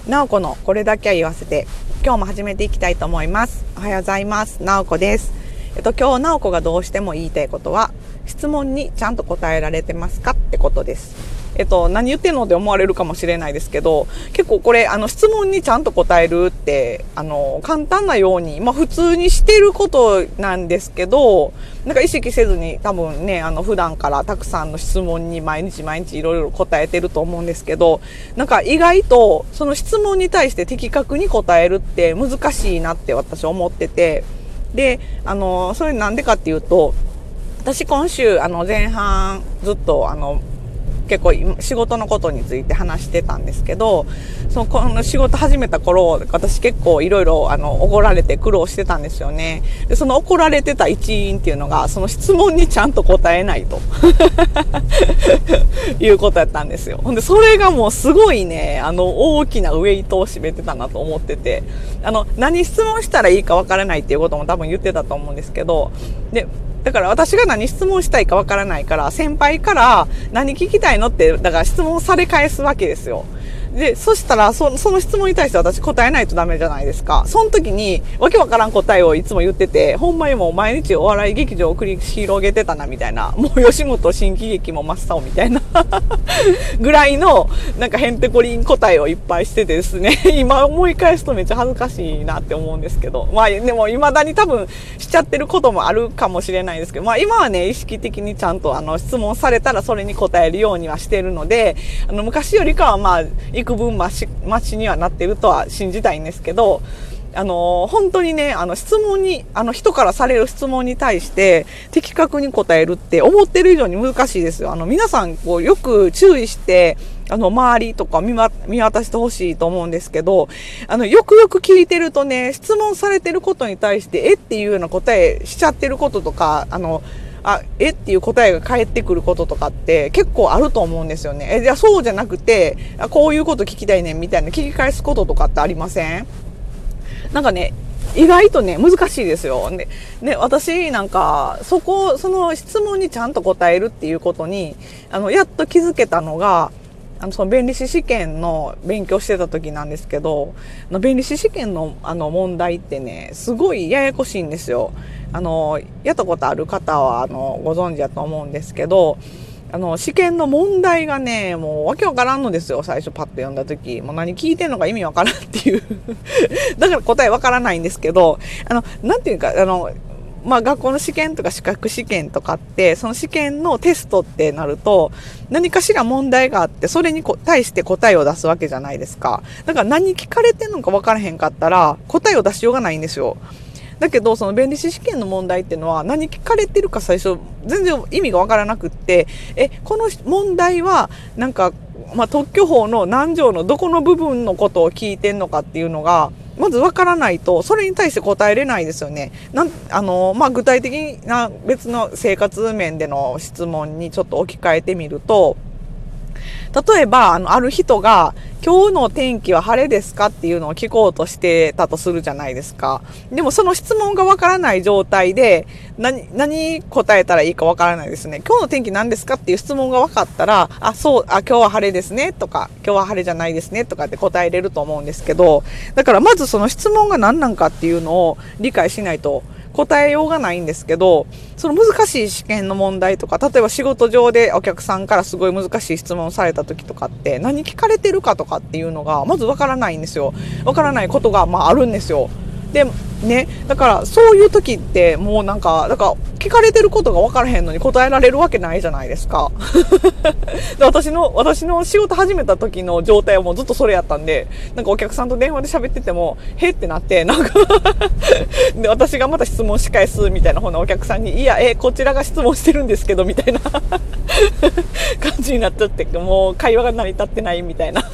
なおこのこれだけは言わせて、今日も始めていきたいと思います。おはようございます。なおこです。今日なおこがどうしても言いたいことは、質問にちゃんと答えられてますかってことです。何言ってんのって思われるかもしれないですけど、結構これ質問にちゃんと答えるって簡単なように普通にしてることなんですけど、なんか意識せずに多分ね普段からたくさんの質問に毎日いろいろ答えてると思うんですけど、なんか意外とその質問に対して的確に答えるって難しいなって私思ってて、でそれなんでかっていうと、私今週前半ずっと結構仕事のことについて話してたんですけど、この仕事始めた頃、私結構いろいろ怒られて苦労してたんですよね。で、その怒られてた一因っていうのが、その質問にちゃんと答えないということやったんですよ。ほんで、それがもうすごいね、大きなウェイトを占めてたなと思ってて、何質問したらいいかわからないっていうことも多分言ってたと思うんですけど、で、だから私が何質問したいかわからないから、先輩から何聞きたいのって、だから質問され返すわけですよ。で、そしたらその質問に対して私答えないとダメじゃないですか。その時にわけわからん答えをいつも言ってて、ほんまにもう毎日お笑い劇場を繰り広げてたなみたいな、もう吉本新喜劇も真っ青みたいなぐらいのなんかへんてこりん答えをいっぱいしててですね、今思い返すとめっちゃ恥ずかしいなって思うんですけど、でも未だに多分しちゃってることもあるかもしれないですけど、今はね意識的にちゃんと質問されたらそれに答えるようにはしてるので、昔よりかは幾分マシにはなってるとは信じたいんですけど、本当にね、質問に、人からされる質問に対して的確に答えるって思ってる以上に難しいですよ。皆さんよく注意して周りとか見渡してほしいと思うんですけど、よくよく聞いてるとね、質問されてることに対してっていうような答えしちゃってることとか、っていう答えが返ってくることとかって結構あると思うんですよね。じゃあそうじゃなくて、こういうこと聞きたいねみたいな聞き返すこととかってありません？なんかね、意外とね、難しいですよ。で、私なんか、その質問にちゃんと答えるっていうことに、やっと気づけたのが、その弁理士試験の勉強してた時なんですけど、弁理士試験の問題ってね、すごいややこしいんですよ。やったことある方はご存知だと思うんですけど、試験の問題がね、もうわけわからんのですよ。最初パッと読んだ時、もう何聞いてんのか意味わからんっていうだから答えわからないんですけど、なんていうか学校の試験とか資格試験とかって、その試験のテストってなると、何かしら問題があって、それに対して答えを出すわけじゃないですか。だから何聞かれてんのか分からへんかったら、答えを出しようがないんですよ。だけど、その弁理士試験の問題っていうのは、何聞かれてるか最初、全然意味が分からなくって、この問題は、なんか、特許法の何条のどこの部分のことを聞いてんのかっていうのが、まず分からないと、それに対して答えれないですよね。具体的な別の生活面での質問にちょっと置き換えてみると、例えば、ある人が、今日の天気は晴れですかっていうのを聞こうとしてたとするじゃないですか。でもその質問がわからない状態で、何答えたらいいかわからないですね。今日の天気何ですかっていう質問がわかったら、今日は晴れですねとか、今日は晴れじゃないですねとかって答えれると思うんですけど、だからまずその質問が何なんかっていうのを理解しないと、答えようがないんですけど、その難しい試験の問題とか、例えば仕事上でお客さんからすごい難しい質問された時とかって、何聞かれてるかとかっていうのがまずわからないんですよ。わからないことがあるんですよ。でね、だからそういう時ってもうだから聞かれてることが分からへんのに答えられるわけないじゃないですかで私の仕事始めた時の状態はもうずっとそれやったんで、なんかお客さんと電話で喋っててもへってなって、なんかで私がまた質問し返すみたいな方のお客さんに、いやこちらが質問してるんですけどみたいな感じになっちゃって、もう会話が成り立ってないみたいな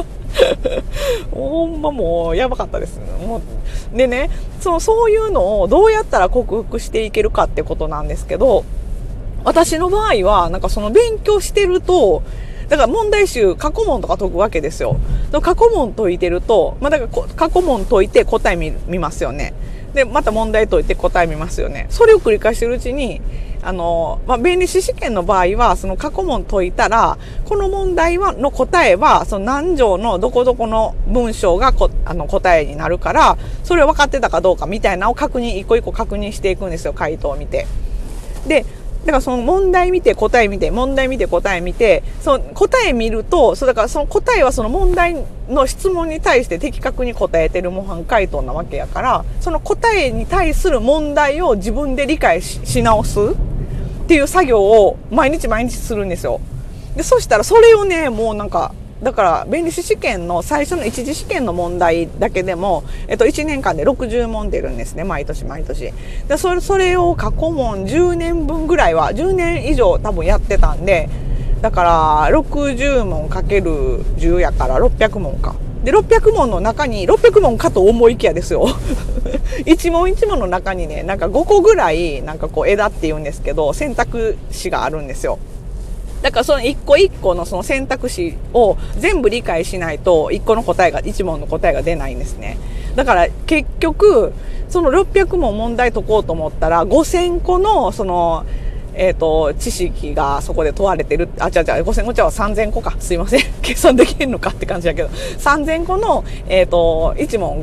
ほんまもうやばかったです。もうでね、そういうのをどうやったら克服していけるかってことなんですけど、私の場合はなんかその勉強してると、だから問題集過去問とか解くわけですよ。過去問解いてると、だから過去問解いて答え見ますよね。でまた問題解いて答え見ますよね。それを繰り返してるうちに弁理士試験の場合は、その過去問解いたら、この問題の答えは、その何条のどこどこの文章が答えになるから、それを分かってたかどうかみたいなのを一個一個確認していくんですよ、回答を見て。で、だからその問題見て答え見て、問題見て答え見て、その答え見ると、だからその答えはその問題の質問に対して的確に答えてる模範回答なわけやから、その答えに対する問題を自分で理解し直すっていう作業を毎日するんですよ。で、そしたらそれをね、もうなんか、だから弁理士試験の最初の一次試験の問題だけでも、1年間で60問出るんですね、毎年。で、それを過去問10年分ぐらいは、10年以上多分やってたんで、だから60問かける10やから600問か。で、600問の中に、600問かと思いきやですよ。一問一問の中にね、なんか5個ぐらい、なんかこう枝って言うんですけど、選択肢があるんですよ。だからその一個一個のその選択肢を全部理解しないと一問の答えが出ないんですね。だから結局その600問問題解こうと思ったら5000個のその知識がそこで問われてる。5000個は3000個か。すいません。計算できるのかって感じだけど。3000個の、1問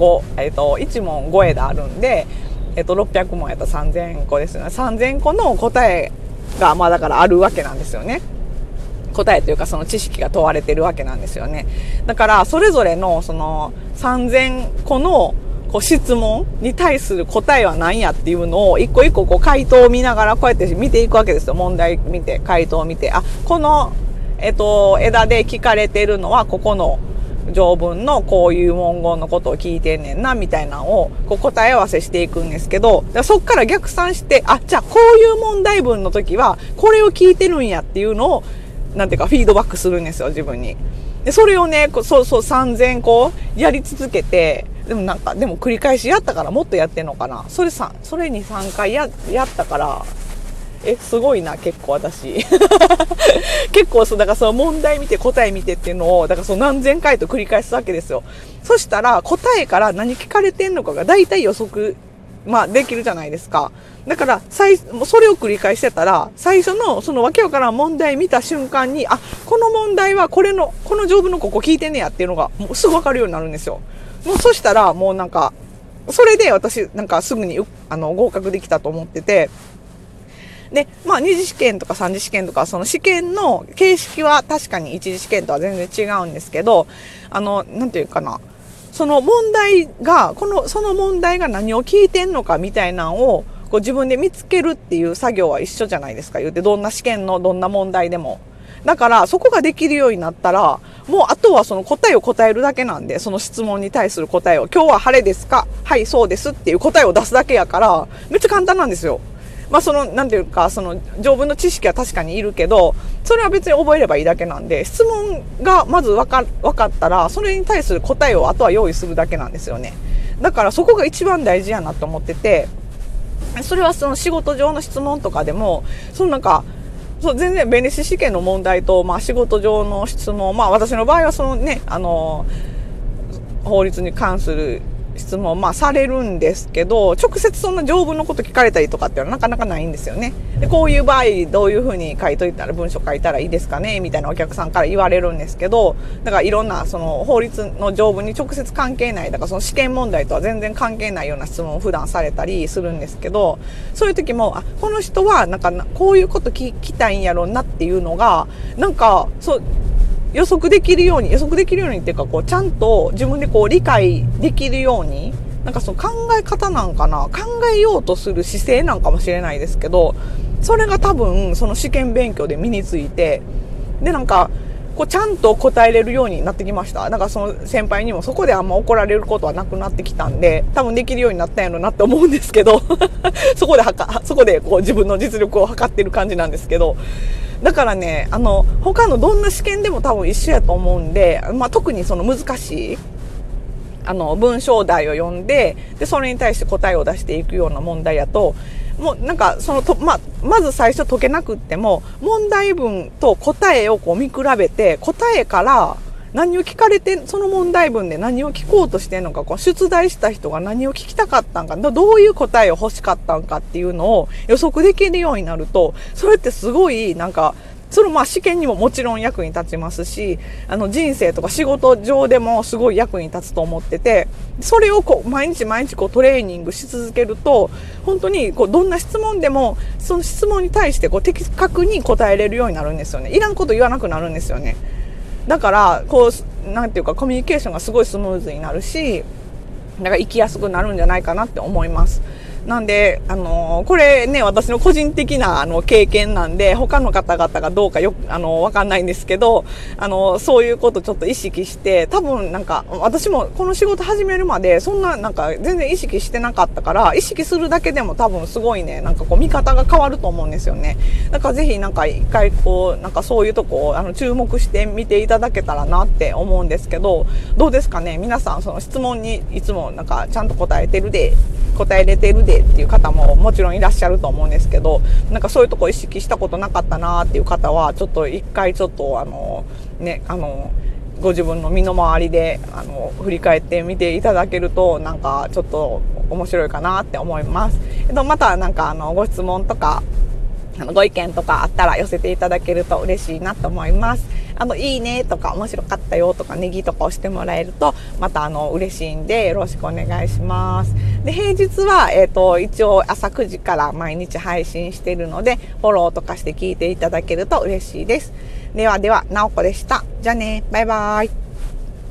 5枝あるんで、600問やったら3000個ですよね。3000個の答えが、だからあるわけなんですよね。答えというかその知識が問われてるわけなんですよね。だからそれぞれのその3000個の質問に対する答えは何やっていうのを一個一個回答を見ながらこうやって見ていくわけですよ。問題見て、回答を見て、この、枝で聞かれてるのはここの条文のこういう文言のことを聞いてんねんなみたいなのを答え合わせしていくんですけど、そっから逆算して、じゃあこういう問題文の時はこれを聞いてるんやっていうのをなんていうかフィードバックするんですよ、自分に。で、それをね、3000個やり続けて、でも繰り返しやったからもっとやってんのかな。それに3回やったから、すごいな、結構私。結構だからその問題見て答え見てっていうのを、だからその何千回と繰り返すわけですよ。そしたら答えから何聞かれてんのかが大体予測、できるじゃないですか。だから、それを繰り返してたら、最初のそのわけわからん問題見た瞬間に、この問題はこの条文のここ聞いてんねやっていうのが、もうすぐわかるようになるんですよ。もうそしたら、もうそれで私、すぐに、合格できたと思ってて、で、二次試験とか三次試験とか、その試験の形式は確かに一次試験とは全然違うんですけど、なんていうかな、その問題が、その問題が何を聞いてんのかみたいなのを、自分で見つけるっていう作業は一緒じゃないですか、言うて。どんな試験のどんな問題でも。だから、そこができるようになったら、もうあとはその答えを答えるだけなんで、その質問に対する答えを、今日は晴れですか？はい、そうですっていう答えを出すだけやから、めっちゃ簡単なんですよ。なんていうか、その条文の知識は確かにいるけど、それは別に覚えればいいだけなんで、質問がまず分かったら、それに対する答えをあとは用意するだけなんですよね。だからそこが一番大事やなと思ってて、それはその仕事上の質問とかでも、全然弁理士試験の問題と、仕事上の質問、私の場合はそのね、法律に関する質問されるんですけど、直接そんな条文のこと聞かれたりとかっていうのはなかなかないんですよね。で、こういう場合どういうふうに文章書いたらいいですかねみたいなお客さんから言われるんですけど、だからいろんなその法律の条文に直接関係ない、だからその試験問題とは全然関係ないような質問を普段されたりするんですけど、そういう時もこの人はこういうこと聞きたいんやろうなっていうのが予測できるようにっていうか、ちゃんと自分で理解できるように、その考え方なんかな、考えようとする姿勢なんかもしれないですけど、それが多分その試験勉強で身について、でちゃんと答えれるようになってきました。その先輩にもそこであんま怒られることはなくなってきたんで、多分できるようになったんやろなって思うんですけど、そこで自分の実力を測ってる感じなんですけど、だからね、他のどんな試験でも多分一緒やと思うんで、特にその難しい、文章題を読んで、それに対して答えを出していくような問題やと、もうまず最初解けなくっても、問題文と答えを見比べて、答えから何を聞かれて、その問題文で何を聞こうとしてんのか、こう出題した人が何を聞きたかったんか、どういう答えを欲しかったんかっていうのを予測できるようになると、それってすごいなんか、そのまあ試験にももちろん役に立ちますし、人生とか仕事上でもすごい役に立つと思ってて、それをこう毎日毎日こうトレーニングし続けると、本当にこうどんな質問でもその質問に対してこう的確に答えれるようになるんですよね。いらんこと言わなくなるんですよね。だからこうなんていうかコミュニケーションがすごいスムーズになるし、なんか生きやすくなるんじゃないかなって思います。なんで、これね、私の個人的な、経験なんで、他の方々がどうかわかんないんですけど、そういうことちょっと意識して、多分なんか、私もこの仕事始めるまで、そんななんか全然意識してなかったから、意識するだけでも多分すごいね、なんかこう見方が変わると思うんですよね。だからぜひなんか一回こう、なんかそういうとこを、注目してみていただけたらなって思うんですけど、どうですかね、皆さんその質問にいつもなんかちゃんと答えれてるでっていう方ももちろんいらっしゃると思うんですけど、なんかそういうとこ意識したことなかったなっていう方は、ちょっと一回ちょっとご自分の身の回りで振り返ってみていただけると、なんかちょっと面白いかなって思います。またなんかご質問とかご意見とかあったら寄せていただけると嬉しいなと思います。いいねとか面白かったよとかネギとか押してもらえるとまた嬉しいんでよろしくお願いします。で、平日は一応朝9時から毎日配信しているのでフォローとかして聞いていただけると嬉しいです。ではでは、なおこでした。じゃあね、バイバイ。